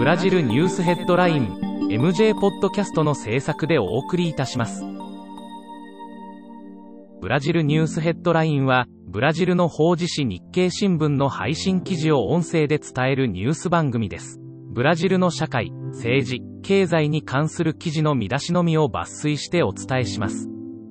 ブラジルニュースヘッドライン MJ ポッドキャストの制作でお送りいたします。ブラジルニュースヘッドラインはブラジルの法事紙日経新聞の配信記事を音声で伝えるニュース番組です。ブラジルの社会、政治、経済に関する記事の見出しのみを抜粋してお伝えします。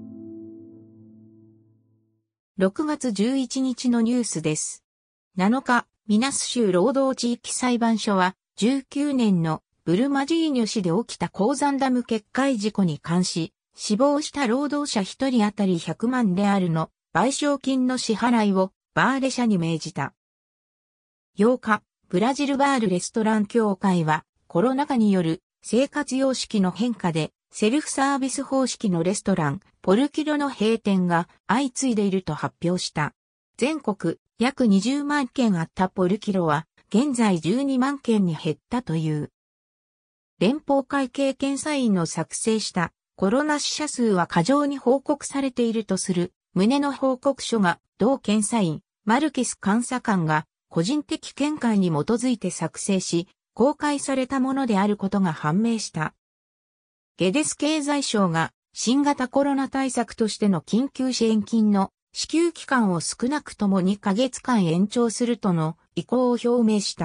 6月11日のニュースです。7日、ミナス州労働地域裁判所は、19年のブルマジーニョ市で起きた鉱山ダム決壊事故に関し、死亡した労働者1人当たり100万レアルの賠償金の支払いをバーレ社に命じた。8日、ブラジルバールレストラン協会は、コロナ禍による生活様式の変化で、セルフサービス方式のレストラン、ポルキロの閉店が相次いでいると発表した。全国約20万件あったポルキロは、現在12万件に減ったという。連邦会計検査院の作成したコロナ死者数は過剰に報告されているとする旨の報告書が同検査院マルケス監査官が個人的見解に基づいて作成し公開されたものであることが判明した。ゲデス経済省が新型コロナ対策としての緊急支援金の支給期間を少なくとも2ヶ月間延長するとの意向を表明した。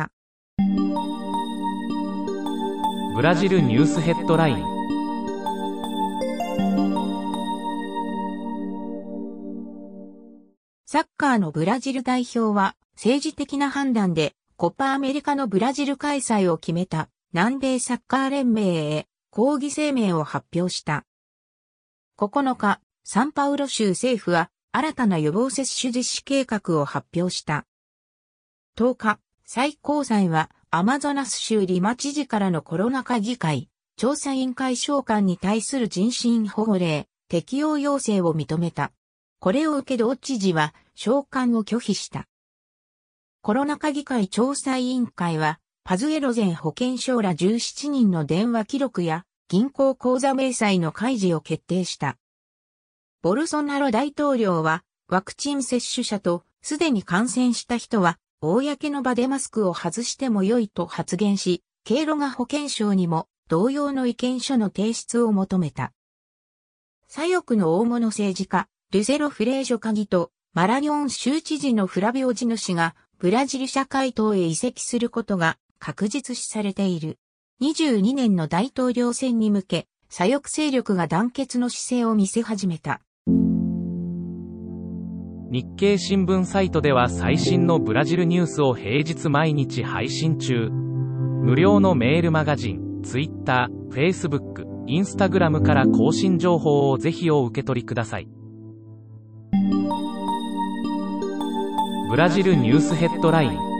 ブラジルニュースヘッドライン。 サッカーのブラジル代表は政治的な判断でコパアメリカのブラジル開催を決めた南米サッカー連盟へ抗議声明を発表した。9日、サンパウロ州政府は新たな予防接種実施計画を発表した。10日、最高裁はアマゾナス州リマ知事からのコロナ禍議会、調査委員会召喚に対する人身保護令、適用要請を認めた。これを受け同知事は召喚を拒否した。コロナ禍議会調査委員会は、パズエロ前保健相ら17人の電話記録や銀行口座明細の開示を決定した。ボルソナロ大統領は、ワクチン接種者とすでに感染した人は、公の場でマスクを外しても良いと発言し、ケイロガ保健相にも同様の意見書の提出を求めた。左翼の大物政治家、ルゼロ・フレージョカギとマラニョン州知事のフラビオ・ジノ氏がブラジル社会党へ移籍することが確実視されている。22年の大統領選に向け、左翼勢力が団結の姿勢を見せ始めた。 日経新聞サイトでは最新のブラジルニュースを平日毎日配信中。無料のメールマガジン、Twitter、Facebook、Instagram から更新情報をぜひお受け取りください。ブラジルニュースヘッドライン。